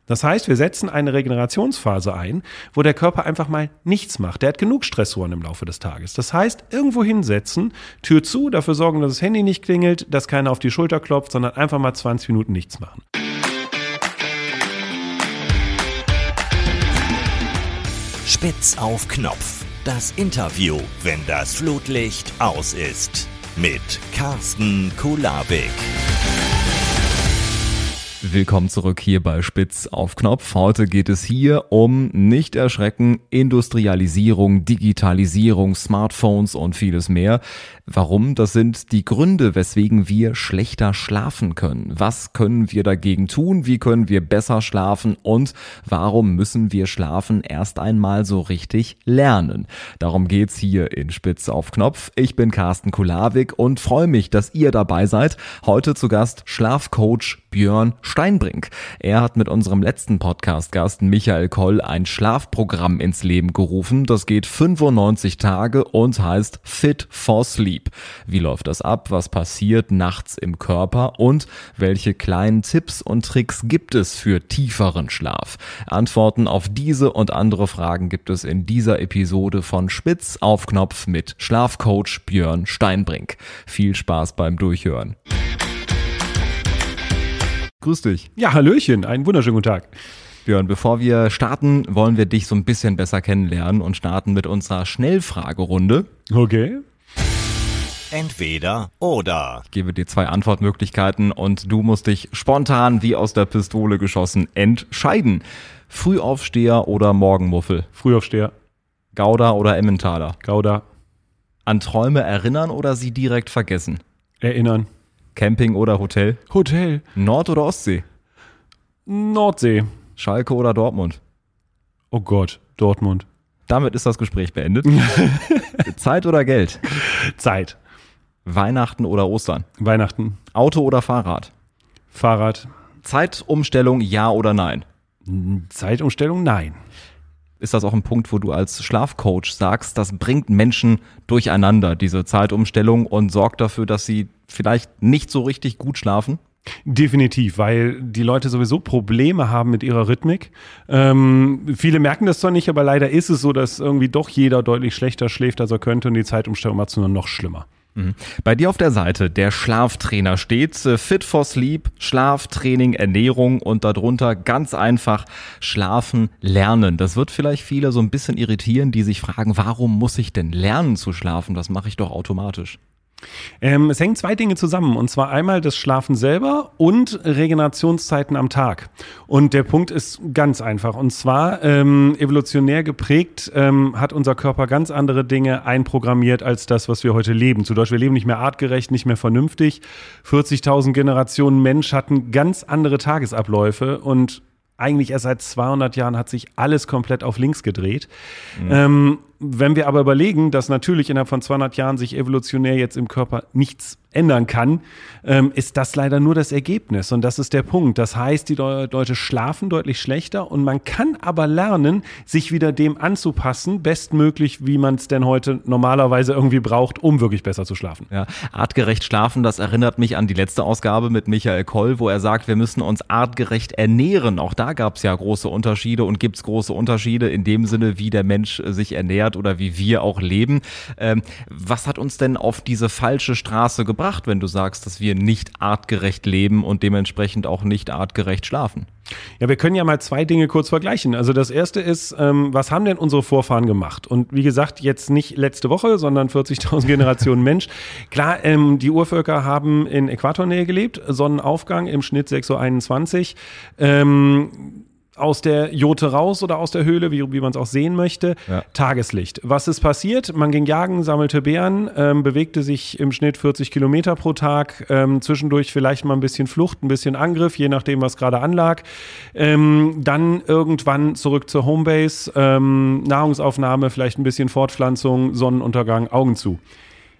Das heißt, wir setzen eine Regenerationsphase ein, wo der Körper einfach mal nichts macht. Der hat genug Stressoren im Laufe des Tages. Das heißt, irgendwo hinsetzen, Tür zu, dafür sorgen, dass das Handy nicht klingelt, dass keiner auf die Schulter klopft, sondern einfach mal 20 Minuten nichts machen. Spitz auf Knopf. Das Interview, wenn das Flutlicht aus ist. Mit Carsten Kulawik. Willkommen zurück hier bei Spitz auf Knopf. Heute geht es hier um, nicht erschrecken, Industrialisierung, Digitalisierung, Smartphones und vieles mehr. Warum? Das sind die Gründe, weswegen wir schlechter schlafen können. Was können wir dagegen tun? Wie können wir besser schlafen? Und warum müssen wir Schlafen erst einmal so richtig lernen? Darum geht's hier in Spitz auf Knopf. Ich bin Carsten Kulawik und freue mich, dass ihr dabei seid. Heute zu Gast Schlafcoach Björn Steinbrink. Er hat mit unserem letzten Podcast-Gast Michael Koll ein Schlafprogramm ins Leben gerufen. Das geht 95 Tage und heißt Fit for Sleep. Wie läuft das ab? Was passiert nachts im Körper? Und welche kleinen Tipps und Tricks gibt es für tieferen Schlaf? Antworten auf diese und andere Fragen gibt es in dieser Episode von Spitz auf Knopf mit Schlafcoach Björn Steinbrink. Viel Spaß beim Durchhören. Grüß dich. Ja, hallöchen, einen wunderschönen guten Tag. Björn, bevor wir starten, wollen wir dich so ein bisschen besser kennenlernen und starten mit unserer Schnellfragerunde. Okay. Entweder oder. Ich gebe dir 2 Antwortmöglichkeiten und du musst dich spontan wie aus der Pistole geschossen entscheiden. Frühaufsteher oder Morgenmuffel? Frühaufsteher. Gouda oder Emmentaler? Gouda. An Träume erinnern oder sie direkt vergessen? Erinnern. Camping oder Hotel? Hotel. Nord- oder Ostsee? Nordsee. Schalke oder Dortmund? Oh Gott, Dortmund. Damit ist das Gespräch beendet. Zeit oder Geld? Zeit. Weihnachten oder Ostern? Weihnachten. Auto oder Fahrrad? Fahrrad. Zeitumstellung, ja oder nein? Zeitumstellung, nein. Ist das auch ein Punkt, wo du als Schlafcoach sagst, das bringt Menschen durcheinander, diese Zeitumstellung, und sorgt dafür, dass sie vielleicht nicht so richtig gut schlafen? Definitiv, weil die Leute sowieso Probleme haben mit ihrer Rhythmik. Viele merken das zwar nicht, aber leider ist es so, dass irgendwie doch jeder deutlich schlechter schläft, als er könnte, und die Zeitumstellung macht es nur noch schlimmer. Bei dir auf der Seite der Schlaftrainer steht Fit for Sleep, Schlaftraining, Ernährung und darunter ganz einfach Schlafen lernen. Das wird vielleicht viele so ein bisschen irritieren, die sich fragen, warum muss ich denn lernen zu schlafen? Das mache ich doch automatisch. Es hängen 2 Dinge zusammen, und zwar einmal das Schlafen selber und Regenerationszeiten am Tag. Und der Punkt ist ganz einfach, und zwar evolutionär geprägt hat unser Körper ganz andere Dinge einprogrammiert als das, was wir heute leben. Zu Deutsch, wir leben nicht mehr artgerecht, nicht mehr vernünftig. 40.000 Generationen Mensch hatten ganz andere Tagesabläufe, und eigentlich erst seit 200 Jahren hat sich alles komplett auf links gedreht. Wenn wir aber überlegen, dass natürlich innerhalb von 200 Jahren sich evolutionär jetzt im Körper nichts ändern kann, ist das leider nur das Ergebnis. Und das ist der Punkt. Das heißt, die Leute schlafen deutlich schlechter, und man kann aber lernen, sich wieder dem anzupassen, bestmöglich, wie man es denn heute normalerweise irgendwie braucht, um wirklich besser zu schlafen. Ja, artgerecht schlafen, das erinnert mich an die letzte Ausgabe mit Michael Koll, wo er sagt, wir müssen uns artgerecht ernähren. Auch da gab es ja große Unterschiede und gibt es große Unterschiede in dem Sinne, wie der Mensch sich ernährt oder wie wir auch leben. Was hat uns denn auf diese falsche Straße gebracht, wenn du sagst, dass wir nicht artgerecht leben und dementsprechend auch nicht artgerecht schlafen? Ja, wir können ja mal 2 Dinge kurz vergleichen. Also das erste ist, was haben denn unsere Vorfahren gemacht? Und wie gesagt, jetzt nicht letzte Woche, sondern 40.000 Generationen Mensch. Klar, die Urvölker haben in Äquatornähe gelebt, Sonnenaufgang im Schnitt 6.21 Uhr. Aus der Jote raus oder aus der Höhle, wie man es auch sehen möchte, ja. Tageslicht. Was ist passiert? Man ging jagen, sammelte Beeren, bewegte sich im Schnitt 40 Kilometer pro Tag, zwischendurch vielleicht mal ein bisschen Flucht, ein bisschen Angriff, je nachdem, was gerade anlag. Dann irgendwann zurück zur Homebase, Nahrungsaufnahme, vielleicht ein bisschen Fortpflanzung, Sonnenuntergang, Augen zu.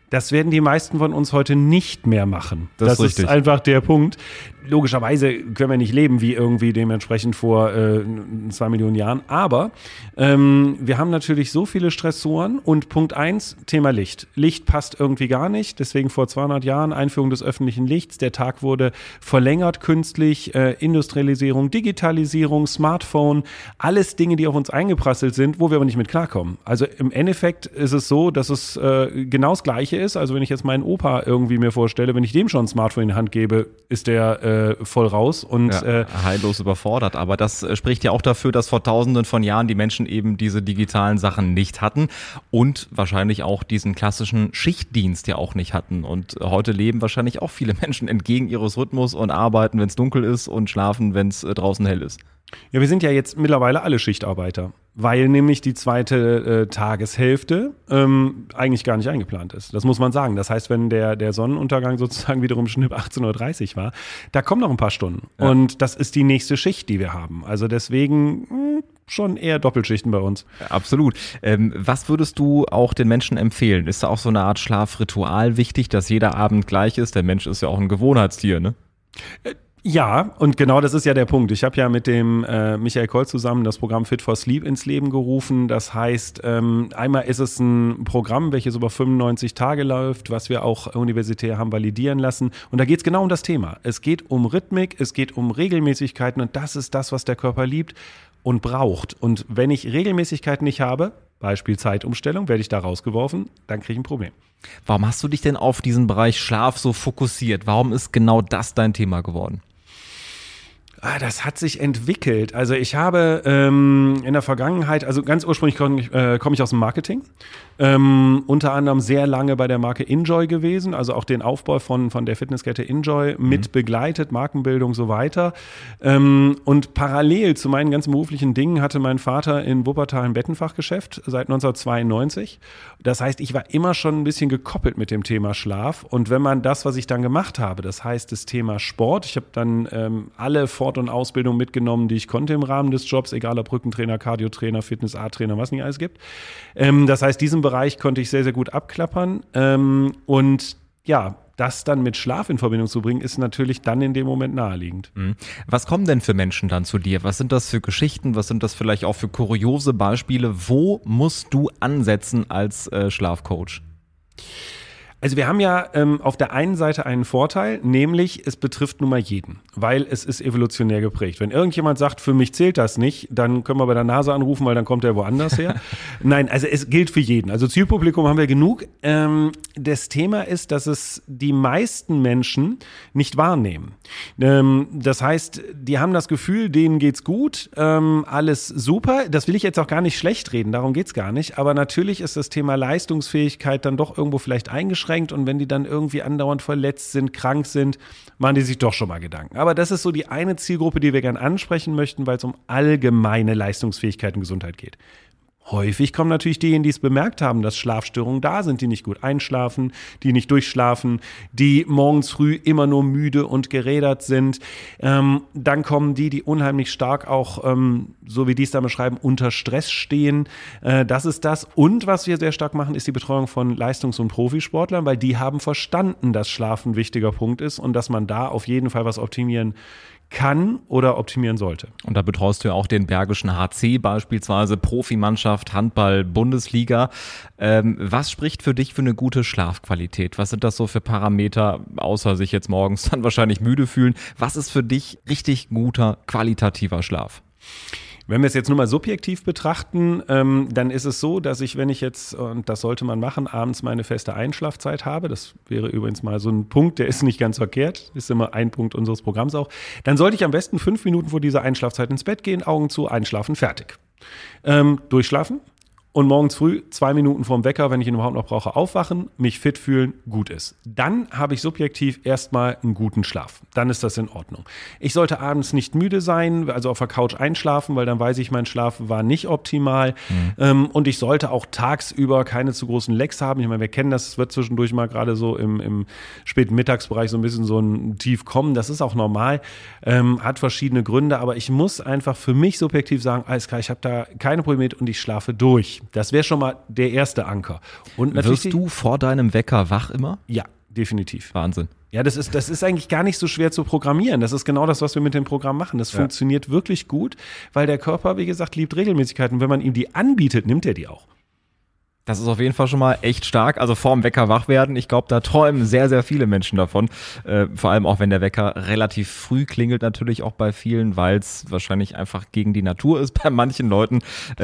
Das werden die meisten von uns heute nicht mehr machen. Das ist richtig. Ist einfach der Punkt. Logischerweise können wir nicht leben wie irgendwie dementsprechend vor 2 Millionen Jahren. Aber wir haben natürlich so viele Stressoren. Und Punkt 1, Thema Licht. Licht passt irgendwie gar nicht. Deswegen vor 200 Jahren Einführung des öffentlichen Lichts. Der Tag wurde verlängert künstlich. Industrialisierung, Digitalisierung, Smartphone. Alles Dinge, die auf uns eingeprasselt sind, wo wir aber nicht mit klarkommen. Also im Endeffekt ist es so, dass es genau das Gleiche ist. Also wenn ich jetzt meinen Opa irgendwie mir vorstelle, wenn ich dem schon ein Smartphone in die Hand gebe, ist der voll raus und heillos überfordert. Aber das spricht ja auch dafür, dass vor Tausenden von Jahren die Menschen eben diese digitalen Sachen nicht hatten und wahrscheinlich auch diesen klassischen Schichtdienst ja auch nicht hatten. Und heute leben wahrscheinlich auch viele Menschen entgegen ihres Rhythmus und arbeiten, wenn es dunkel ist und schlafen, wenn es draußen hell ist. Ja, wir sind ja jetzt mittlerweile alle Schichtarbeiter, weil nämlich die zweite Tageshälfte eigentlich gar nicht eingeplant ist. Das muss man sagen. Das heißt, wenn der Sonnenuntergang sozusagen wiederum Schnipp 18:30 Uhr war, da kommen noch ein paar Stunden. Ja. Und das ist die nächste Schicht, die wir haben. Also deswegen schon eher Doppelschichten bei uns. Absolut. Was würdest du auch den Menschen empfehlen? Ist da auch so eine Art Schlafritual wichtig, dass jeder Abend gleich ist? Der Mensch ist ja auch ein Gewohnheitstier, ne? Ja, und genau das ist ja der Punkt. Ich habe ja mit dem Michael Koll zusammen das Programm Fit for Sleep ins Leben gerufen. Das heißt, einmal ist es ein Programm, welches über 95 Tage läuft, was wir auch universitär haben validieren lassen. Und da geht es genau um das Thema. Es geht um Rhythmik, es geht um Regelmäßigkeiten und das ist das, was der Körper liebt und braucht. Und wenn ich Regelmäßigkeiten nicht habe, Beispiel Zeitumstellung, werde ich da rausgeworfen, dann kriege ich ein Problem. Warum hast du dich denn auf diesen Bereich Schlaf so fokussiert? Warum ist genau das dein Thema geworden? Das hat sich entwickelt. Also ich habe in der Vergangenheit, also ganz ursprünglich komme ich aus dem Marketing, unter anderem sehr lange bei der Marke Enjoy gewesen, also auch den Aufbau von der Fitnesskette Enjoy mit begleitet, Markenbildung so weiter. Und parallel zu meinen ganzen beruflichen Dingen hatte mein Vater in Wuppertal ein Bettenfachgeschäft seit 1992. Das heißt, ich war immer schon ein bisschen gekoppelt mit dem Thema Schlaf. Und wenn man das, was ich dann gemacht habe, das heißt das Thema Sport, ich habe dann alle Fort- und Ausbildung mitgenommen, die ich konnte im Rahmen des Jobs, egal ob Rückentrainer, Cardiotrainer, Fitness-A-Trainer, was nicht alles gibt. Das heißt, diesen Bereich konnte ich sehr, sehr gut abklappern. Und ja, das dann mit Schlaf in Verbindung zu bringen, ist natürlich dann in dem Moment naheliegend. Was kommen denn für Menschen dann zu dir? Was sind das für Geschichten? Was sind das vielleicht auch für kuriose Beispiele? Wo musst du ansetzen als Schlafcoach? Also wir haben ja auf der einen Seite einen Vorteil, nämlich es betrifft nun mal jeden, weil es ist evolutionär geprägt. Wenn irgendjemand sagt, für mich zählt das nicht, dann können wir bei der Nase anrufen, weil dann kommt er woanders her. Nein, also es gilt für jeden. Also Zielpublikum haben wir genug. Das Thema ist, dass es die meisten Menschen nicht wahrnehmen. Das heißt, die haben das Gefühl, denen geht's gut, alles super. Das will ich jetzt auch gar nicht schlecht reden, darum geht's gar nicht. Aber natürlich ist das Thema Leistungsfähigkeit dann doch irgendwo vielleicht eingeschränkt. Und wenn die dann irgendwie andauernd verletzt sind, krank sind, machen die sich doch schon mal Gedanken. Aber das ist so die eine Zielgruppe, die wir gerne ansprechen möchten, weil es um allgemeine Leistungsfähigkeit und Gesundheit geht. Häufig kommen natürlich diejenigen, die es bemerkt haben, dass Schlafstörungen da sind, die nicht gut einschlafen, die nicht durchschlafen, die morgens früh immer nur müde und gerädert sind. Dann kommen die unheimlich stark auch, so wie die es da beschreiben, unter Stress stehen. Das ist das. Und was wir sehr stark machen, ist die Betreuung von Leistungs- und Profisportlern, weil die haben verstanden, dass Schlaf ein wichtiger Punkt ist und dass man da auf jeden Fall was optimieren kann oder optimieren sollte. Und da betreust du ja auch den Bergischen HC beispielsweise, Profimannschaft, Handball, Bundesliga. Was spricht für dich für eine gute Schlafqualität? Was sind das so für Parameter, außer sich jetzt morgens dann wahrscheinlich müde fühlen? Was ist für dich richtig guter, qualitativer Schlaf? Wenn wir es jetzt nur mal subjektiv betrachten, dann ist es so, dass ich, wenn ich jetzt, und das sollte man machen, abends meine feste Einschlafzeit habe, das wäre übrigens mal so ein Punkt, der ist nicht ganz verkehrt, ist immer ein Punkt unseres Programms auch, dann sollte ich am besten 5 Minuten vor dieser Einschlafzeit ins Bett gehen, Augen zu, einschlafen, fertig. Durchschlafen. Und morgens früh 2 Minuten vorm Wecker, wenn ich ihn überhaupt noch brauche, aufwachen, mich fit fühlen, gut ist. Dann habe ich subjektiv erstmal einen guten Schlaf. Dann ist das in Ordnung. Ich sollte abends nicht müde sein, also auf der Couch einschlafen, weil dann weiß ich, mein Schlaf war nicht optimal. Und ich sollte auch tagsüber keine zu großen Lecks haben. Ich meine, wir kennen das, es wird zwischendurch mal gerade so im späten Mittagsbereich so ein bisschen so ein Tief kommen. Das ist auch normal, hat verschiedene Gründe. Aber ich muss einfach für mich subjektiv sagen, alles klar, ich habe da keine Probleme mit und ich schlafe durch. durch. Das wäre schon mal der erste Anker. Und natürlich, Wirst du vor deinem Wecker wach immer? Ja, definitiv. Wahnsinn. Ja, das ist eigentlich gar nicht so schwer zu programmieren. Das ist genau das, was wir mit dem Programm machen. Das funktioniert wirklich gut, weil der Körper, wie gesagt, liebt Regelmäßigkeiten. Wenn man ihm die anbietet, nimmt er die auch. Das ist auf jeden Fall schon mal echt stark. Also vorm Wecker wach werden, ich glaube, da träumen sehr, sehr viele Menschen davon. Vor allem auch, wenn der Wecker relativ früh klingelt, natürlich auch bei vielen, weil es wahrscheinlich einfach gegen die Natur ist bei manchen Leuten.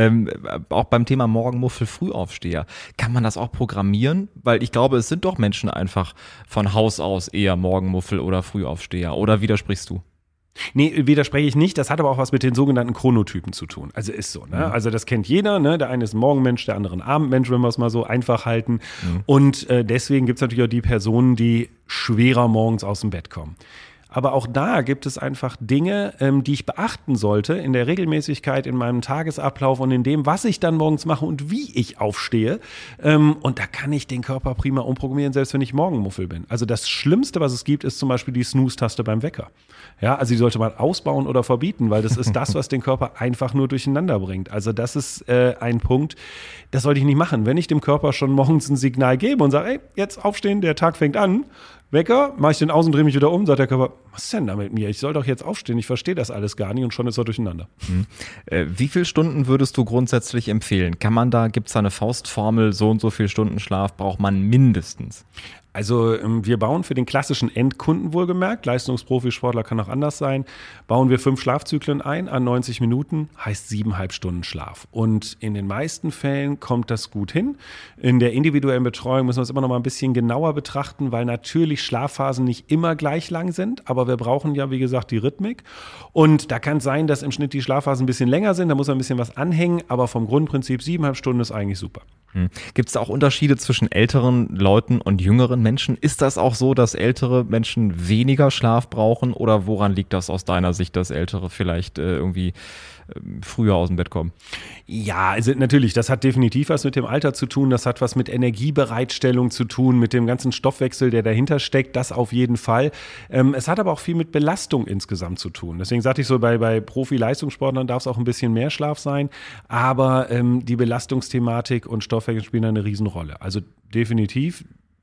Auch beim Thema Morgenmuffel, Frühaufsteher. Kann man das auch programmieren? Weil ich glaube, es sind doch Menschen einfach von Haus aus eher Morgenmuffel oder Frühaufsteher. Oder widersprichst du? Nee, widerspreche ich nicht. Das hat aber auch was mit den sogenannten Chronotypen zu tun. Also ist so, ne? Also das kennt jeder, ne? Der eine ist ein Morgenmensch, der andere ein Abendmensch, wenn wir es mal so einfach halten. Und deswegen gibt es natürlich auch die Personen, die schwerer morgens aus dem Bett kommen. Aber auch da gibt es einfach Dinge, die ich beachten sollte in der Regelmäßigkeit, in meinem Tagesablauf und in dem, was ich dann morgens mache und wie ich aufstehe. Und da kann ich den Körper prima umprogrammieren, selbst wenn ich Morgenmuffel bin. Also das Schlimmste, was es gibt, ist zum Beispiel die Snooze-Taste beim Wecker. Ja, also die sollte man ausbauen oder verbieten, weil das ist das, was den Körper einfach nur durcheinander bringt. Also das ist ein Punkt, das sollte ich nicht machen. Wenn ich dem Körper schon morgens ein Signal gebe und sage, ey, jetzt aufstehen, der Tag fängt an, Wecker, mache ich den aus und drehe mich wieder um, sagt der Körper, was ist denn da mit mir? Ich soll doch jetzt aufstehen, ich verstehe das alles gar nicht und schon ist er durcheinander. Wie viele Stunden würdest du grundsätzlich empfehlen? Gibt es da eine Faustformel, so und so viele Stunden Schlaf braucht man mindestens? Also wir bauen für den klassischen Endkunden wohlgemerkt, Leistungsprofi, Sportler kann auch anders sein, bauen wir 5 Schlafzyklen ein an 90 Minuten, heißt 7,5 Stunden Schlaf. Und in den meisten Fällen kommt das gut hin. In der individuellen Betreuung müssen wir es immer noch mal ein bisschen genauer betrachten, weil natürlich Schlafphasen nicht immer gleich lang sind, aber wir brauchen ja, wie gesagt, die Rhythmik. Und da kann es sein, dass im Schnitt die Schlafphasen ein bisschen länger sind, da muss man ein bisschen was anhängen, aber vom Grundprinzip 7,5 Stunden ist eigentlich super. Gibt es da auch Unterschiede zwischen älteren Leuten und jüngeren Menschen? Ist das auch so, dass ältere Menschen weniger Schlaf brauchen oder woran liegt das aus deiner Sicht, dass Ältere vielleicht irgendwie früher aus dem Bett kommen? Ja, also natürlich, das hat definitiv was mit dem Alter zu tun, das hat was mit Energiebereitstellung zu tun, mit dem ganzen Stoffwechsel, der dahinter steckt, das auf jeden Fall. Es hat aber auch viel mit Belastung insgesamt zu tun. Deswegen sagte ich so, bei Profi-Leistungssportlern darf es auch ein bisschen mehr Schlaf sein, aber die Belastungsthematik und Stoffwechsel spielen eine Riesenrolle. Also definitiv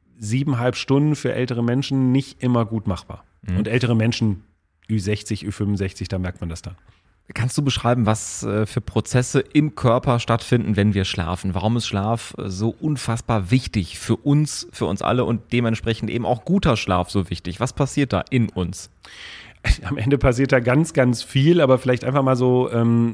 7,5 Stunden für ältere Menschen nicht immer gut machbar. Und ältere Menschen, Ü60, Ü65, da merkt man das dann. Kannst du beschreiben, was für Prozesse im Körper stattfinden, wenn wir schlafen? Warum ist Schlaf so unfassbar wichtig für uns alle und dementsprechend eben auch guter Schlaf so wichtig? Was passiert da in uns? Am Ende passiert da ganz, ganz viel, aber vielleicht einfach mal so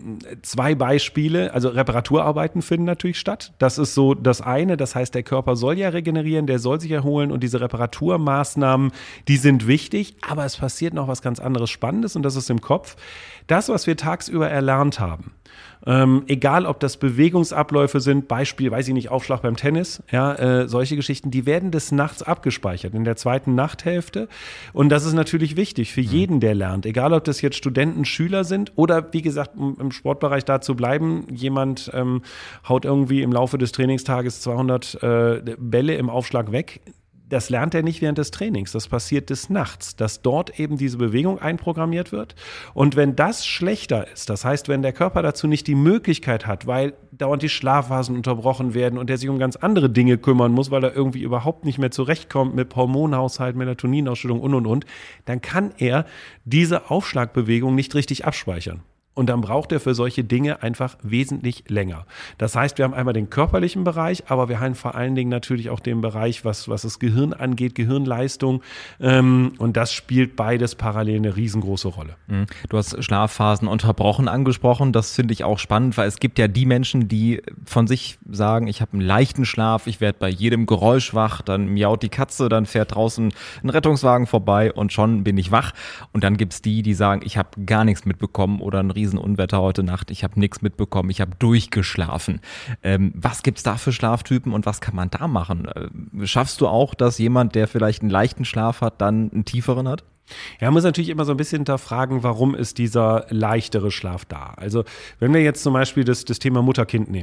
2 Beispiele. Also Reparaturarbeiten finden natürlich statt. Das ist so das eine. Das heißt, der Körper soll ja regenerieren, der soll sich erholen und diese Reparaturmaßnahmen, die sind wichtig. Aber es passiert noch was ganz anderes Spannendes und das ist im Kopf. Das, was wir tagsüber erlernt haben, egal ob das Bewegungsabläufe sind, Beispiel, weiß ich nicht, Aufschlag beim Tennis, ja, solche Geschichten, die werden des Nachts abgespeichert, in der zweiten Nachthälfte. Und das ist natürlich wichtig für jeden, der lernt, egal ob das jetzt Studenten, Schüler sind oder, wie gesagt, im Sportbereich da zu bleiben, jemand haut irgendwie im Laufe des Trainingstages 200 Bälle im Aufschlag weg. Das lernt er nicht während des Trainings, das passiert des Nachts, dass dort eben diese Bewegung einprogrammiert wird. Und wenn das schlechter ist, das heißt, wenn der Körper dazu nicht die Möglichkeit hat, weil dauernd die Schlafphasen unterbrochen werden und er sich um ganz andere Dinge kümmern muss, weil er irgendwie überhaupt nicht mehr zurechtkommt mit Hormonhaushalt, Melatoninausschüttung und, dann kann er diese Aufschlagbewegung nicht richtig abspeichern. Und dann braucht er für solche Dinge einfach wesentlich länger. Das heißt, wir haben einmal den körperlichen Bereich, aber wir haben vor allen Dingen natürlich auch den Bereich, was das Gehirn angeht, Gehirnleistung. Und das spielt beides parallel eine riesengroße Rolle. Du hast Schlafphasen unterbrochen angesprochen. Das finde ich auch spannend, weil es gibt ja die Menschen, die von sich sagen, ich habe einen leichten Schlaf, ich werde bei jedem Geräusch wach, dann miaut die Katze, dann fährt draußen ein Rettungswagen vorbei und schon bin ich wach. Und dann gibt es die sagen, ich habe gar nichts mitbekommen oder ein Riesenunwetter heute Nacht, ich habe nichts mitbekommen, ich habe durchgeschlafen. Was gibt's da für Schlaftypen und was kann man da machen? Schaffst du auch, dass jemand, der vielleicht einen leichten Schlaf hat, dann einen tieferen hat? Ja, man muss natürlich immer so ein bisschen hinterfragen, warum ist dieser leichtere Schlaf da? Also wenn wir jetzt zum Beispiel das Thema Mutter-Kind nehmen.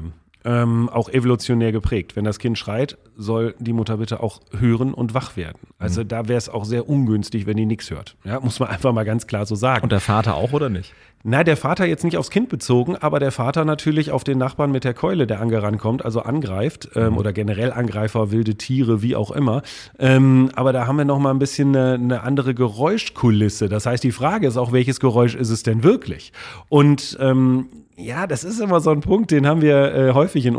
auch evolutionär geprägt. Wenn das Kind schreit, soll die Mutter bitte auch hören und wach werden. Also da wäre es auch sehr ungünstig, wenn die nichts hört. Ja, muss man einfach mal ganz klar so sagen. Und der Vater auch oder nicht? Na, der Vater jetzt nicht aufs Kind bezogen, aber der Vater natürlich auf den Nachbarn mit der Keule, der angerannt, also angreift oder generell Angreifer, wilde Tiere, wie auch immer. Aber da haben wir noch mal ein bisschen eine andere Geräuschkulisse. Das heißt, die Frage ist auch, welches Geräusch ist es denn wirklich? Und ja, das ist immer so ein Punkt, den haben wir häufig in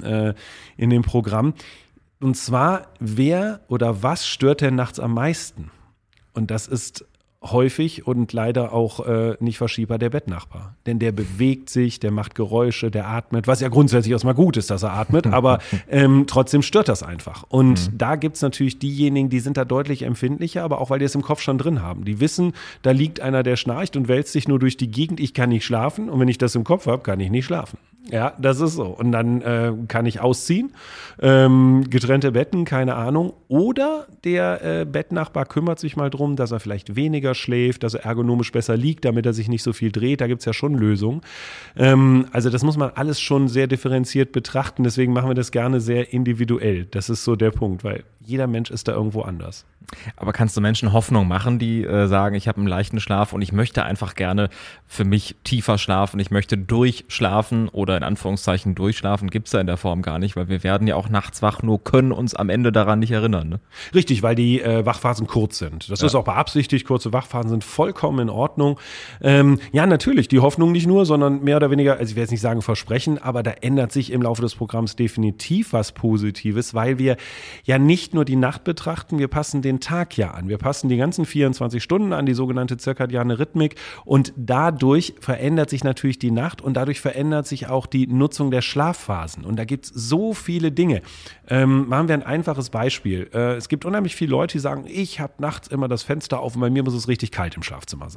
dem Programm. Und zwar, wer oder was stört denn nachts am meisten? Und das ist häufig und leider auch nicht verschiebbar der Bettnachbar. Denn der bewegt sich, der macht Geräusche, der atmet, was ja grundsätzlich erstmal gut ist, dass er atmet, aber trotzdem stört das einfach. Und da gibt's natürlich diejenigen, die sind da deutlich empfindlicher, aber auch weil die es im Kopf schon drin haben. Die wissen, da liegt einer, der schnarcht und wälzt sich nur durch die Gegend, ich kann nicht schlafen und wenn ich das im Kopf habe, kann ich nicht schlafen. Ja, das ist so. Und dann kann ich ausziehen, getrennte Betten, keine Ahnung. Oder der Bettnachbar kümmert sich mal drum, dass er vielleicht weniger schläft, dass er ergonomisch besser liegt, damit er sich nicht so viel dreht. Da gibt's ja schon Lösungen. Also das muss man alles schon sehr differenziert betrachten. Deswegen machen wir das gerne sehr individuell. Das ist so der Punkt, weil jeder Mensch ist da irgendwo anders. Aber kannst du Menschen Hoffnung machen, die sagen, ich habe einen leichten Schlaf und ich möchte einfach gerne für mich tiefer schlafen, ich möchte durchschlafen oder in Anführungszeichen durchschlafen, gibt's ja in der Form gar nicht, weil wir werden ja auch nachts wach, nur können uns am Ende daran nicht erinnern. Ne? Richtig, weil die Wachphasen kurz sind. Das ist auch beabsichtigt, kurze Wachphasen sind vollkommen in Ordnung. Ja, natürlich, die Hoffnung nicht nur, sondern mehr oder weniger, also ich will jetzt nicht sagen Versprechen, aber da ändert sich im Laufe des Programms definitiv was Positives, weil wir ja nicht nur die Nacht betrachten, wir passen den Tag ja an. Wir passen die ganzen 24 Stunden an, die sogenannte zirkadiane Rhythmik und dadurch verändert sich natürlich die Nacht und dadurch verändert sich auch die Nutzung der Schlafphasen. Und da gibt es so viele Dinge. Machen wir ein einfaches Beispiel. Es gibt unheimlich viele Leute, die sagen, ich habe nachts immer das Fenster auf und bei mir muss es richtig kalt im Schlafzimmer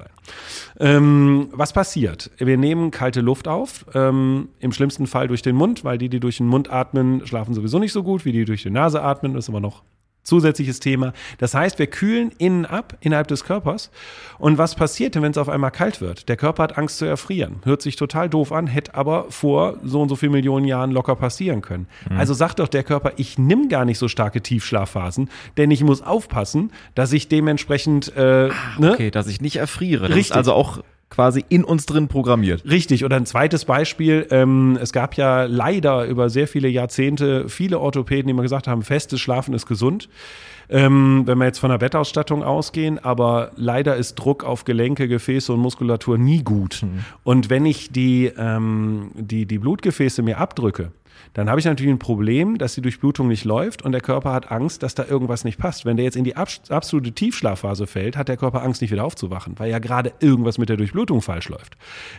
sein. Was passiert? Wir nehmen kalte Luft auf, im schlimmsten Fall durch den Mund, weil die durch den Mund atmen, schlafen sowieso nicht so gut, wie die durch die Nase atmen, das ist immer noch zusätzliches Thema. Das heißt, wir kühlen innen ab, innerhalb des Körpers. Und was passiert denn, wenn es auf einmal kalt wird? Der Körper hat Angst zu erfrieren. Hört sich total doof an, hätte aber vor so und so vielen Millionen Jahren locker passieren können. Also sagt doch der Körper, ich nehme gar nicht so starke Tiefschlafphasen, denn ich muss aufpassen, dass ich dementsprechend okay, dass ich nicht erfriere. Das ist also auch quasi in uns drin programmiert. Richtig. Oder ein zweites Beispiel, es gab ja leider über sehr viele Jahrzehnte viele Orthopäden, die mal gesagt haben, festes Schlafen ist gesund. Wenn wir jetzt von der Bettausstattung ausgehen, aber leider ist Druck auf Gelenke, Gefäße und Muskulatur nie gut. Und wenn ich die Blutgefäße mir abdrücke, dann habe ich natürlich ein Problem, dass die Durchblutung nicht läuft und der Körper hat Angst, dass da irgendwas nicht passt. Wenn der jetzt in die absolute Tiefschlafphase fällt, hat der Körper Angst, nicht wieder aufzuwachen, weil ja gerade irgendwas mit der Durchblutung falsch läuft.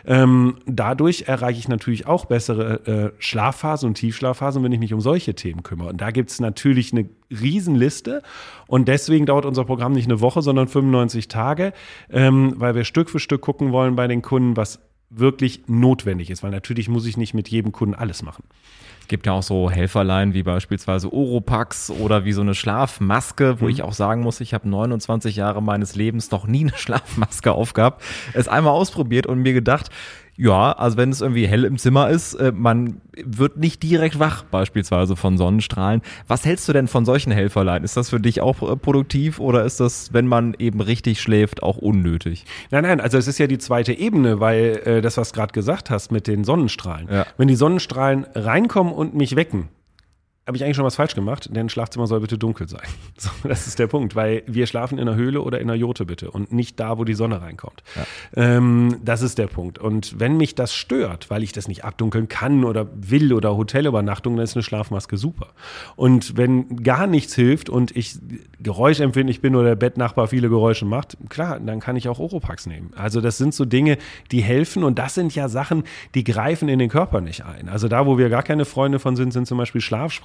Dadurch erreiche ich natürlich auch bessere Schlafphasen und Tiefschlafphasen, wenn ich mich um solche Themen kümmere. Und da gibt es natürlich eine Riesenliste und deswegen dauert unser Programm nicht eine Woche, sondern 95 Tage, weil wir Stück für Stück gucken wollen bei den Kunden, was wirklich notwendig ist, weil natürlich muss ich nicht mit jedem Kunden alles machen. Es gibt ja auch so Helferlein wie beispielsweise Oropax oder wie so eine Schlafmaske, wo ich auch sagen muss, ich habe 29 Jahre meines Lebens noch nie eine Schlafmaske aufgehabt. Es einmal ausprobiert und mir gedacht, ja, also wenn es irgendwie hell im Zimmer ist, man wird nicht direkt wach beispielsweise von Sonnenstrahlen. Was hältst du denn von solchen Helferlein? Ist das für dich auch produktiv oder ist das, wenn man eben richtig schläft, auch unnötig? Nein, also es ist ja die zweite Ebene, weil das, was du gerade gesagt hast mit den Sonnenstrahlen. Ja. Wenn die Sonnenstrahlen reinkommen und mich wecken, habe ich eigentlich schon was falsch gemacht, denn Schlafzimmer soll bitte dunkel sein. So, das ist der Punkt, weil wir schlafen in einer Höhle oder in einer Jote bitte und nicht da, wo die Sonne reinkommt. Ja. Das ist der Punkt. Und wenn mich das stört, weil ich das nicht abdunkeln kann oder will oder Hotelübernachtung, dann ist eine Schlafmaske super. Und wenn gar nichts hilft und ich geräuschempfindlich bin oder der Bettnachbar viele Geräusche macht, klar, dann kann ich auch Oropax nehmen. Also das sind so Dinge, die helfen und das sind ja Sachen, die greifen in den Körper nicht ein. Also da, wo wir gar keine Freunde von sind zum Beispiel Schlafspray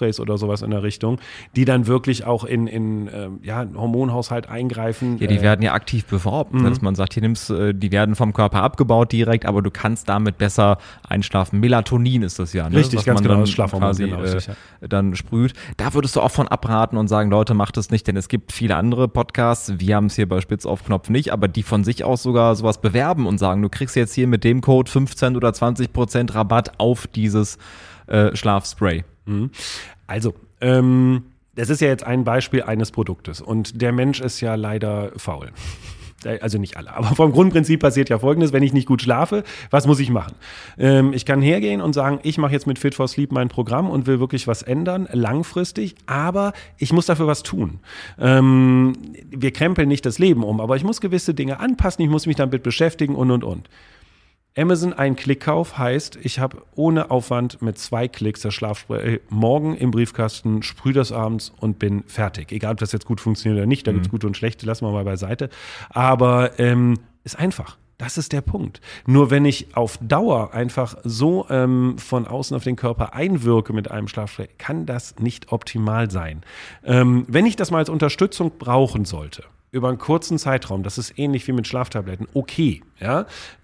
Schlafsprays oder sowas in der Richtung, die dann wirklich auch in den Hormonhaushalt eingreifen. Ja, die werden ja aktiv beworben, dass man sagt, die werden vom Körper abgebaut direkt, aber du kannst damit besser einschlafen. Melatonin ist das ja, ne? Richtig, was ganz man genau, dann das Schlafhormon, quasi genau, sicher. Dann sprüht. Da würdest du auch von abraten und sagen, Leute, macht es nicht, denn es gibt viele andere Podcasts, wir haben es hier bei Spitz auf Knopf nicht, aber die von sich aus sogar sowas bewerben und sagen, du kriegst jetzt hier mit dem Code 15 oder 20% Rabatt auf dieses Schlafspray. Also, das ist ja jetzt ein Beispiel eines Produktes und der Mensch ist ja leider faul. Also nicht alle, aber vom Grundprinzip passiert ja Folgendes: Wenn ich nicht gut schlafe, was muss ich machen? Ich kann hergehen und sagen, ich mache jetzt mit Fit for Sleep mein Programm und will wirklich was ändern, langfristig, aber ich muss dafür was tun. Wir krempeln nicht das Leben um, aber ich muss gewisse Dinge anpassen, ich muss mich damit beschäftigen und. Amazon Ein-Klick-Kauf heißt, ich habe ohne Aufwand mit 2 Klicks das Schlafspray morgen im Briefkasten, sprühe das abends und bin fertig. Egal, ob das jetzt gut funktioniert oder nicht, da gibt's gute und schlechte, lassen wir mal beiseite. Aber ist einfach. Das ist der Punkt. Nur wenn ich auf Dauer einfach so von außen auf den Körper einwirke mit einem Schlafspray, kann das nicht optimal sein. Wenn ich das mal als Unterstützung brauchen sollte, über einen kurzen Zeitraum, das ist ähnlich wie mit Schlaftabletten, okay, ja,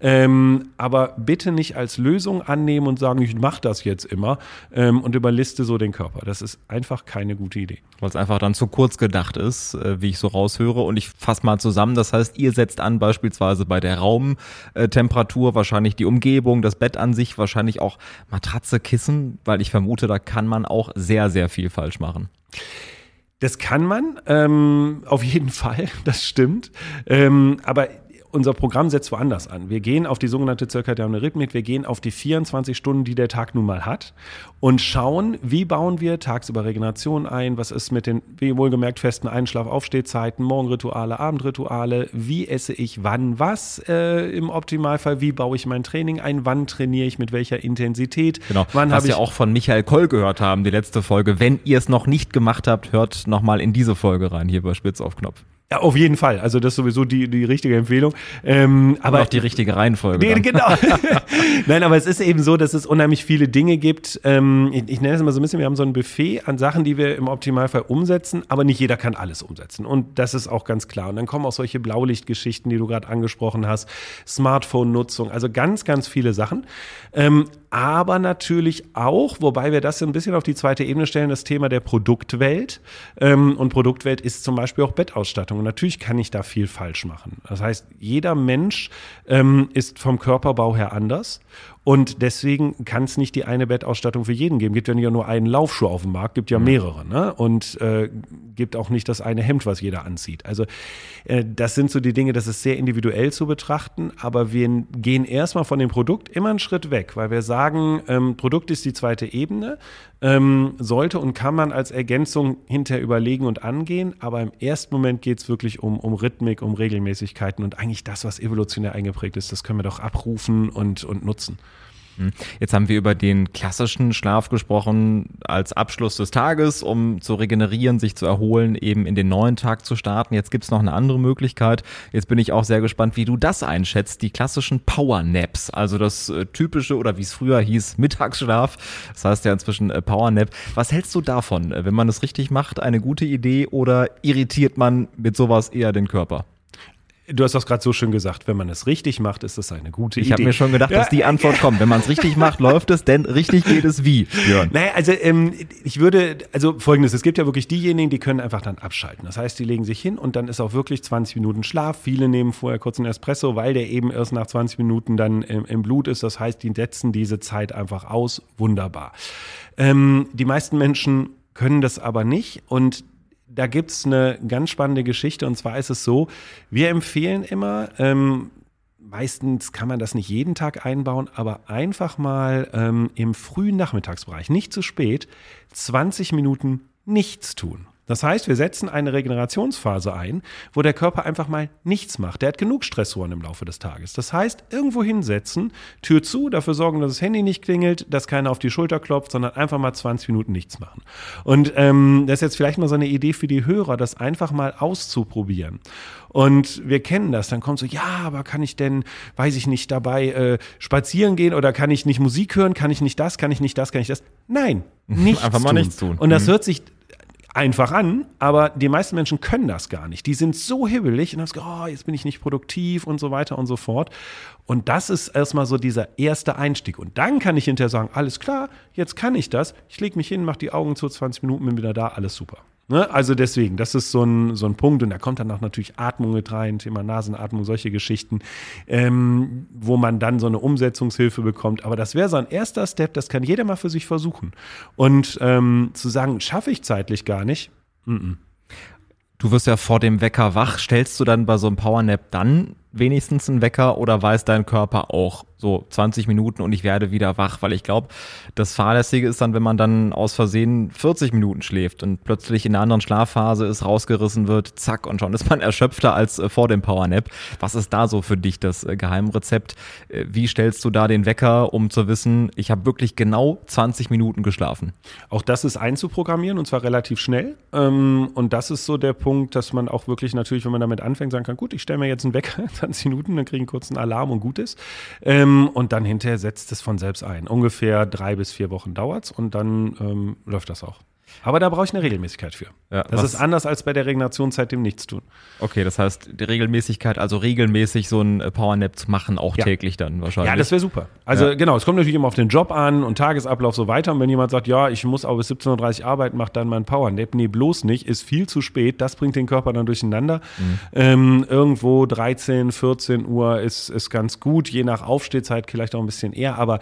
aber bitte nicht als Lösung annehmen und sagen, ich mache das jetzt immer und überliste so den Körper. Das ist einfach keine gute Idee. Weil es einfach dann zu kurz gedacht ist, wie ich so raushöre, und ich fasse mal zusammen, das heißt, ihr setzt an beispielsweise bei der Raumtemperatur, wahrscheinlich die Umgebung, das Bett an sich, wahrscheinlich auch Matratze, Kissen, weil ich vermute, da kann man auch sehr, sehr viel falsch machen. Das kann man, auf jeden Fall, das stimmt. Aber unser Programm setzt woanders an. Wir gehen auf die sogenannte zirkadiane Rhythmik, wir gehen auf die 24 Stunden, die der Tag nun mal hat und schauen, wie bauen wir tagsüber Regeneration ein, was ist mit den, wie wohlgemerkt, festen Einschlaf-Aufstehzeiten, Morgenrituale, Abendrituale, wie esse ich wann was im Optimalfall, wie baue ich mein Training ein, wann trainiere ich mit welcher Intensität. Genau, was wir auch von Michael Koll gehört haben, die letzte Folge. Wenn ihr es noch nicht gemacht habt, hört nochmal in diese Folge rein, hier bei Spitz auf Knopf. Ja, auf jeden Fall. Also das ist sowieso die richtige Empfehlung. Aber auch die richtige Reihenfolge. Nee, genau. Nein, aber es ist eben so, dass es unheimlich viele Dinge gibt. Ich nenne es immer so ein bisschen, wir haben so ein Buffet an Sachen, die wir im Optimalfall umsetzen, aber nicht jeder kann alles umsetzen. Und das ist auch ganz klar. Und dann kommen auch solche Blaulichtgeschichten, die du gerade angesprochen hast, Smartphone-Nutzung, also ganz, ganz viele Sachen. Aber natürlich auch, wobei wir das ein bisschen auf die zweite Ebene stellen, das Thema der Produktwelt. Und Produktwelt ist zum Beispiel auch Bettausstattung. Und natürlich kann ich da viel falsch machen. Das heißt, jeder Mensch ist vom Körperbau her anders. Und deswegen kann es nicht die eine Bettausstattung für jeden geben. Gibt ja nicht nur einen Laufschuh auf dem Markt, gibt ja mehrere. Ne? Und gibt auch nicht das eine Hemd, was jeder anzieht. Also das sind so die Dinge, das ist sehr individuell zu betrachten. Aber wir gehen erstmal von dem Produkt immer einen Schritt weg, weil wir sagen, Produkt ist die zweite Ebene, sollte und kann man als Ergänzung hinterher überlegen und angehen. Aber im ersten Moment geht es wirklich um Rhythmik, um Regelmäßigkeiten und eigentlich das, was evolutionär eingeprägt ist, das können wir doch abrufen und nutzen. Jetzt haben wir über den klassischen Schlaf gesprochen als Abschluss des Tages, um zu regenerieren, sich zu erholen, eben in den neuen Tag zu starten. Jetzt gibt es noch eine andere Möglichkeit. Jetzt bin ich auch sehr gespannt, wie du das einschätzt, die klassischen Power-Naps, also das typische oder wie es früher hieß, Mittagsschlaf. Das heißt ja inzwischen Power-Nap. Was hältst du davon? Wenn man es richtig macht, eine gute Idee oder irritiert man mit sowas eher den Körper? Du hast das gerade so schön gesagt, wenn man es richtig macht, ist es eine gute Idee. Ich habe mir schon gedacht, dass die Antwort kommt. Wenn man es richtig macht, läuft es, denn richtig geht es wie, Björn? Naja, also Folgendes, es gibt ja wirklich diejenigen, die können einfach dann abschalten. Das heißt, die legen sich hin und dann ist auch wirklich 20 Minuten Schlaf. Viele nehmen vorher kurz einen Espresso, weil der eben erst nach 20 Minuten dann im Blut ist. Das heißt, die setzen diese Zeit einfach aus. Wunderbar. Die meisten Menschen können das aber nicht und da gibt's eine ganz spannende Geschichte und zwar ist es so, wir empfehlen immer, meistens kann man das nicht jeden Tag einbauen, aber einfach mal im frühen Nachmittagsbereich, nicht zu spät, 20 Minuten nichts tun. Das heißt, wir setzen eine Regenerationsphase ein, wo der Körper einfach mal nichts macht. Der hat genug Stressoren im Laufe des Tages. Das heißt, irgendwo hinsetzen, Tür zu, dafür sorgen, dass das Handy nicht klingelt, dass keiner auf die Schulter klopft, sondern einfach mal 20 Minuten nichts machen. Und das ist jetzt vielleicht mal so eine Idee für die Hörer, das einfach mal auszuprobieren. Und wir kennen das, dann kommt so, ja, aber kann ich denn, weiß ich nicht, dabei spazieren gehen oder kann ich nicht Musik hören, kann ich nicht das, kann ich nicht das, kann ich das? Nein, nichts einfach mal tun. nichts tun. Und das hört sich einfach an, aber die meisten Menschen können das gar nicht. Die sind so hibbelig und haben gesagt, oh, jetzt bin ich nicht produktiv und so weiter und so fort. Und das ist erstmal so dieser erste Einstieg. Und dann kann ich hinterher sagen, alles klar, jetzt kann ich das. Ich lege mich hin, mache die Augen zu, 20 Minuten, bin wieder da, alles super. Ne? Also deswegen, das ist so ein Punkt. Und da kommt dann auch natürlich Atmung mit rein, Thema Nasenatmung, solche Geschichten, wo man dann so eine Umsetzungshilfe bekommt. Aber das wäre so ein erster Step, das kann jeder mal für sich versuchen. Und zu sagen, schaffe ich zeitlich gar nicht. Du wirst ja vor dem Wecker wach. Stellst du dann bei so einem Powernap dann wenigstens einen Wecker oder weiß dein Körper auch so 20 Minuten und ich werde wieder wach? Weil ich glaube, das Fahrlässige ist dann, wenn man dann aus Versehen 40 Minuten schläft und plötzlich in einer anderen Schlafphase ist, rausgerissen wird, zack, und schon ist man erschöpfter als vor dem Powernap. Was ist da so für dich das Geheimrezept? Wie stellst du da den Wecker, um zu wissen, ich habe wirklich genau 20 Minuten geschlafen? Auch das ist einzuprogrammieren und zwar relativ schnell. Und das ist so der Punkt, dass man auch wirklich natürlich, wenn man damit anfängt, sagen kann, gut, ich stelle mir jetzt einen Wecker, 20 Minuten, dann kriege ich einen kurzen Alarm und gut ist. Und dann hinterher setzt es von selbst ein. Ungefähr 3 bis 4 Wochen dauert es und dann läuft das auch. Aber da brauche ich eine Regelmäßigkeit für. Ja, das ist anders als bei der Regenerationszeit dem Nichtstun. Okay, das heißt, die Regelmäßigkeit, also regelmäßig so ein Powernap zu machen, auch täglich dann wahrscheinlich. Ja, das wäre super. Also genau, es kommt natürlich immer auf den Job an und Tagesablauf so weiter. Und wenn jemand sagt, ja, ich muss aber bis 17:30 Uhr arbeiten, macht dann mal ein Powernap. Nee, bloß nicht, ist viel zu spät. Das bringt den Körper dann durcheinander. Irgendwo 13, 14 Uhr ist ganz gut, je nach Aufstehzeit vielleicht auch ein bisschen eher. Aber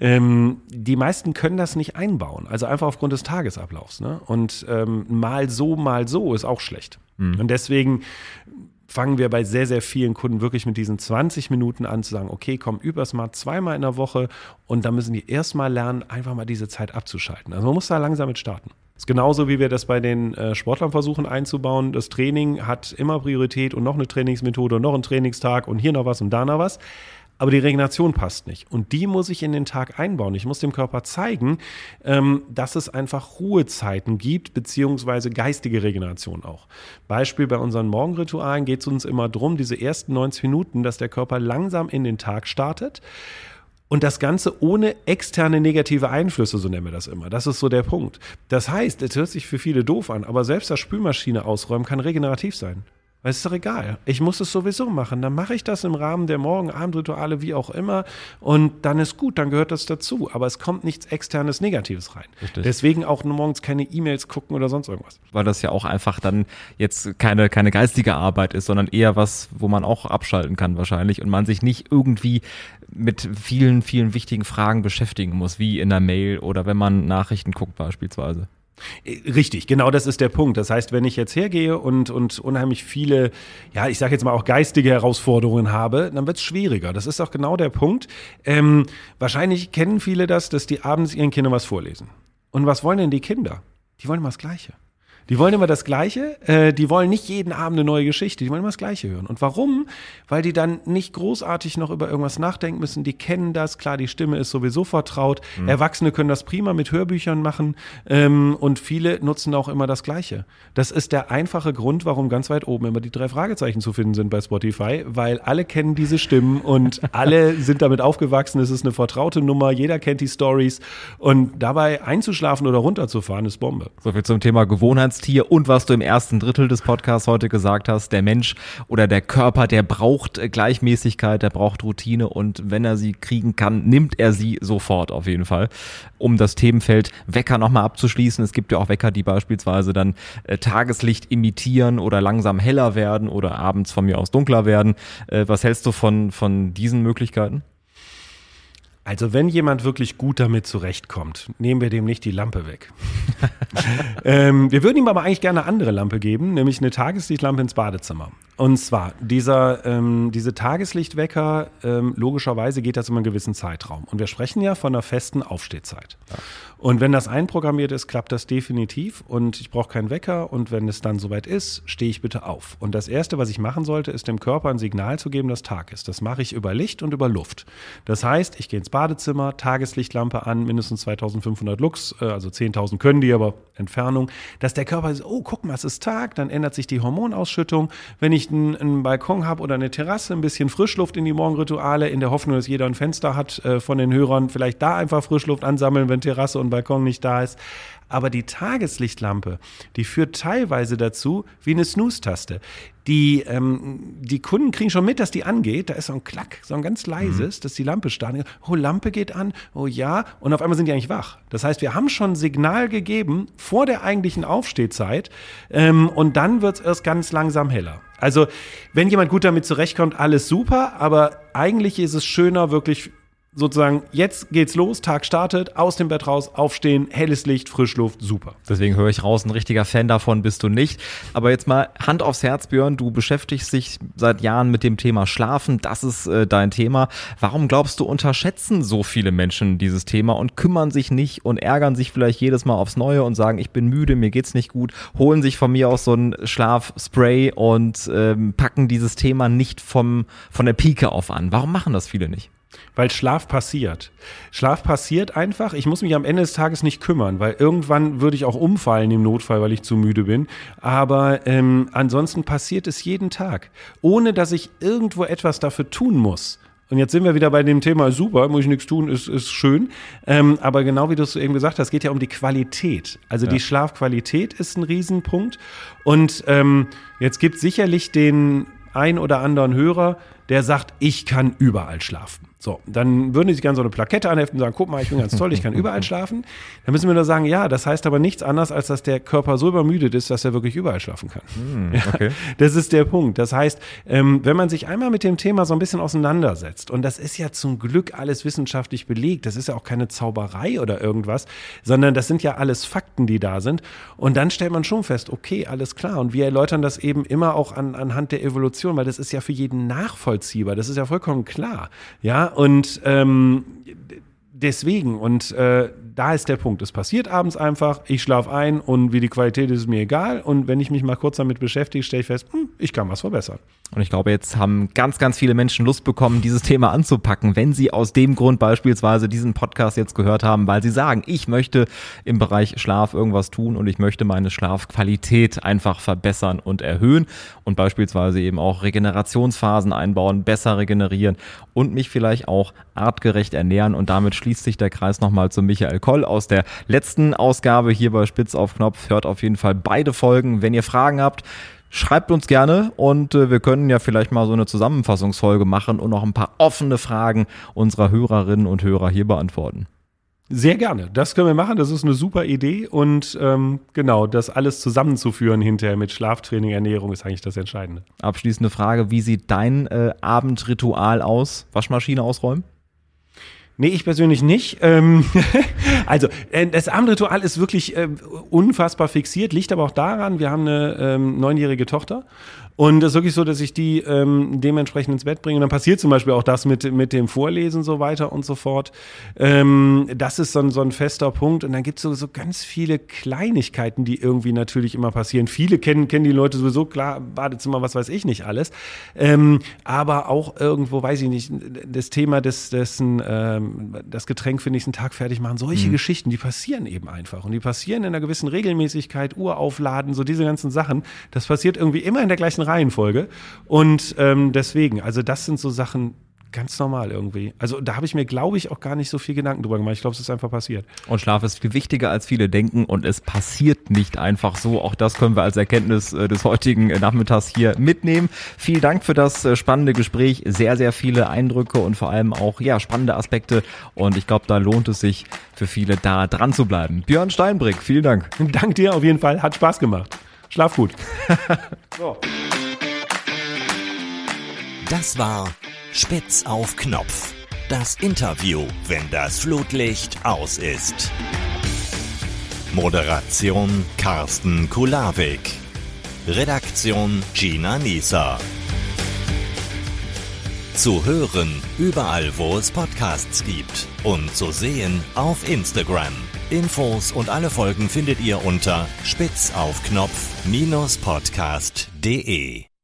die meisten können das nicht einbauen. Also einfach aufgrund des Tagesablaufs. Ne? Und mal so ist auch schlecht. Und deswegen fangen wir bei sehr, sehr vielen Kunden wirklich mit diesen 20 Minuten an zu sagen, okay, komm, über's mal 2-mal in der Woche und dann müssen die erstmal lernen, einfach mal diese Zeit abzuschalten. Also man muss da langsam mit starten. Das ist genauso, wie wir das bei den Sportlern versuchen einzubauen. Das Training hat immer Priorität und noch eine Trainingsmethode und noch einen Trainingstag und hier noch was und da noch was. Aber die Regeneration passt nicht. Und die muss ich in den Tag einbauen. Ich muss dem Körper zeigen, dass es einfach Ruhezeiten gibt, beziehungsweise geistige Regeneration auch. Beispiel bei unseren Morgenritualen geht es uns immer darum, diese ersten 90 Minuten, dass der Körper langsam in den Tag startet. Und das Ganze ohne externe negative Einflüsse, so nennen wir das immer. Das ist so der Punkt. Das heißt, es hört sich für viele doof an, aber selbst das Spülmaschine ausräumen kann regenerativ sein. Weil es ist doch egal. Ich muss es sowieso machen. Dann mache ich das im Rahmen der Morgen-Abend-Rituale, wie auch immer. Und dann ist gut, dann gehört das dazu. Aber es kommt nichts Externes Negatives rein. Richtig. Deswegen auch nur morgens keine E-Mails gucken oder sonst irgendwas. Weil das ja auch einfach dann jetzt keine geistige Arbeit ist, sondern eher was, wo man auch abschalten kann wahrscheinlich und man sich nicht irgendwie mit vielen, vielen wichtigen Fragen beschäftigen muss, wie in der Mail oder wenn man Nachrichten guckt beispielsweise. Richtig, genau das ist der Punkt. Das heißt, wenn ich jetzt hergehe und unheimlich viele, ja, ich sage jetzt mal auch geistige Herausforderungen habe, dann wird es schwieriger. Das ist auch genau der Punkt. Wahrscheinlich kennen viele das, dass die abends ihren Kindern was vorlesen. Und was wollen denn die Kinder? Die wollen immer das Gleiche. Die wollen immer das Gleiche, die wollen nicht jeden Abend eine neue Geschichte, die wollen immer das Gleiche hören. Und warum? Weil die dann nicht großartig noch über irgendwas nachdenken müssen, die kennen das, klar, die Stimme ist sowieso vertraut, Erwachsene können das prima mit Hörbüchern machen und viele nutzen auch immer das Gleiche. Das ist der einfache Grund, warum ganz weit oben immer die 3 Fragezeichen zu finden sind bei Spotify, weil alle kennen diese Stimmen und alle sind damit aufgewachsen, es ist eine vertraute Nummer, jeder kennt die Stories und dabei einzuschlafen oder runterzufahren ist Bombe. So viel zum Thema Gewohnheitstier und was du im ersten Drittel des Podcasts heute gesagt hast, der Mensch oder der Körper, der braucht Gleichmäßigkeit, der braucht Routine und wenn er sie kriegen kann, nimmt er sie sofort auf jeden Fall. Um das Themenfeld Wecker nochmal abzuschließen, es gibt ja auch Wecker, die beispielsweise dann Tageslicht imitieren oder langsam heller werden oder abends von mir aus dunkler werden. Was hältst du von diesen Möglichkeiten? Also wenn jemand wirklich gut damit zurechtkommt, nehmen wir dem nicht die Lampe weg. Wir würden ihm aber eigentlich gerne eine andere Lampe geben, nämlich eine Tageslichtlampe ins Badezimmer. Und zwar, diese Tageslichtwecker, logischerweise geht das über einen gewissen Zeitraum. Und wir sprechen ja von einer festen Aufstehzeit. Ja. Und wenn das einprogrammiert ist, klappt das definitiv. Und ich brauche keinen Wecker. Und wenn es dann soweit ist, stehe ich bitte auf. Und das Erste, was ich machen sollte, ist dem Körper ein Signal zu geben, dass Tag ist. Das mache ich über Licht und über Luft. Das heißt, ich gehe ins Badezimmer, Tageslichtlampe an, mindestens 2500 Lux, also 10.000 können die, aber Entfernung, dass der Körper sagt, oh, guck mal, es ist Tag, dann ändert sich die Hormonausschüttung. Wenn ich einen Balkon habe oder eine Terrasse, ein bisschen Frischluft in die Morgenrituale, in der Hoffnung, dass jeder ein Fenster hat von den Hörern, vielleicht da einfach Frischluft ansammeln, wenn Terrasse und Balkon nicht da ist. Aber die Tageslichtlampe, die führt teilweise dazu wie eine Snooze-Taste. Die Kunden kriegen schon mit, dass die angeht. Da ist so ein Klack, so ein ganz leises, dass die Lampe startet. Oh, Lampe geht an, oh ja. Und auf einmal sind die eigentlich wach. Das heißt, wir haben schon ein Signal gegeben vor der eigentlichen Aufstehzeit. Und dann wird es erst ganz langsam heller. Also, wenn jemand gut damit zurechtkommt, alles super. Aber eigentlich ist es schöner, wirklich sozusagen, jetzt geht's los, Tag startet, aus dem Bett raus, aufstehen, helles Licht, Frischluft, super. Deswegen höre ich raus, ein richtiger Fan davon bist du nicht. Aber jetzt mal Hand aufs Herz, Björn, du beschäftigst dich seit Jahren mit dem Thema Schlafen, das ist dein Thema. Warum glaubst du, unterschätzen so viele Menschen dieses Thema und kümmern sich nicht und ärgern sich vielleicht jedes Mal aufs Neue und sagen, ich bin müde, mir geht's nicht gut, holen sich von mir aus so ein Schlafspray und packen dieses Thema nicht von der Pike auf an. Warum machen das viele nicht? Weil Schlaf passiert. Schlaf passiert einfach. Ich muss mich am Ende des Tages nicht kümmern, weil irgendwann würde ich auch umfallen im Notfall, weil ich zu müde bin. Aber ansonsten passiert es jeden Tag, ohne dass ich irgendwo etwas dafür tun muss. Und jetzt sind wir wieder bei dem Thema, super, muss ich nichts tun, ist schön. Aber genau wie du es eben gesagt hast, geht ja um die Qualität. Also die Schlafqualität ist ein Riesenpunkt. Und jetzt gibt es sicherlich den ein oder anderen Hörer, der sagt, ich kann überall schlafen. So, dann würden die sich gerne so eine Plakette anheften und sagen, guck mal, ich bin ganz toll, ich kann überall schlafen. Dann müssen wir nur sagen, ja, das heißt aber nichts anderes, als dass der Körper so übermüdet ist, dass er wirklich überall schlafen kann. Okay. Ja, das ist der Punkt. Das heißt, wenn man sich einmal mit dem Thema so ein bisschen auseinandersetzt, und das ist ja zum Glück alles wissenschaftlich belegt, das ist ja auch keine Zauberei oder irgendwas, sondern das sind ja alles Fakten, die da sind. Und dann stellt man schon fest, okay, alles klar. Und wir erläutern das eben immer auch anhand der Evolution, weil das ist ja für jeden nachvollziehbar. Das ist ja vollkommen klar. Ja, und deswegen, und da ist der Punkt, es passiert abends einfach, ich schlafe ein und wie die Qualität ist mir egal, und wenn ich mich mal kurz damit beschäftige, stelle ich fest, ich kann was verbessern. Und ich glaube, jetzt haben ganz, ganz viele Menschen Lust bekommen, dieses Thema anzupacken, wenn sie aus dem Grund beispielsweise diesen Podcast jetzt gehört haben, weil sie sagen, ich möchte im Bereich Schlaf irgendwas tun und ich möchte meine Schlafqualität einfach verbessern und erhöhen und beispielsweise eben auch Regenerationsphasen einbauen, besser regenerieren und mich vielleicht auch artgerecht ernähren. Und damit schließt sich der Kreis nochmal zu Michael Koll aus der letzten Ausgabe hier bei Spitz auf Knopf. Hört auf jeden Fall beide Folgen. Wenn ihr Fragen habt, schreibt uns gerne und wir können ja vielleicht mal so eine Zusammenfassungsfolge machen und noch ein paar offene Fragen unserer Hörerinnen und Hörer hier beantworten. Sehr gerne, das können wir machen, das ist eine super Idee und genau, das alles zusammenzuführen hinterher mit Schlaftraining, Ernährung ist eigentlich das Entscheidende. Abschließende Frage, wie sieht dein Abendritual aus? Waschmaschine ausräumen? Nee, ich persönlich nicht. Also, das Abendritual ist wirklich unfassbar fixiert, liegt aber auch daran, wir haben eine 9-jährige Tochter. Und es ist wirklich so, dass ich die dementsprechend ins Bett bringe. Und dann passiert zum Beispiel auch das mit dem Vorlesen so weiter und so fort. Das ist so ein fester Punkt. Und dann gibt es so ganz viele Kleinigkeiten, die irgendwie natürlich immer passieren. Viele kennen die Leute sowieso, klar, Badezimmer, was weiß ich nicht alles. Aber auch irgendwo, weiß ich nicht, das Thema das Getränk für den nächsten Tag fertig machen. Solche Geschichten, die passieren eben einfach. Und die passieren in einer gewissen Regelmäßigkeit, Uhr aufladen, so diese ganzen Sachen. Das passiert irgendwie immer in der gleichen Reihenfolge und deswegen, also das sind so Sachen ganz normal irgendwie. Also da habe ich mir, glaube ich, auch gar nicht so viel Gedanken drüber gemacht. Ich glaube, es ist einfach passiert. Und Schlaf ist viel wichtiger, als viele denken und es passiert nicht einfach so. Auch das können wir als Erkenntnis des heutigen Nachmittags hier mitnehmen. Vielen Dank für das spannende Gespräch. Sehr, sehr viele Eindrücke und vor allem auch spannende Aspekte. Und ich glaube, da lohnt es sich für viele, da dran zu bleiben. Björn Steinbrück, vielen Dank. Dank dir auf jeden Fall. Hat Spaß gemacht. Schlaf gut. So. Das war Spitz auf Knopf. Das Interview, wenn das Flutlicht aus ist. Moderation Carsten Kulawik. Redaktion Gina Nieser. Zu hören überall, wo es Podcasts gibt und zu sehen auf Instagram. Infos und alle Folgen findet ihr unter spitzaufknopf-podcast.de.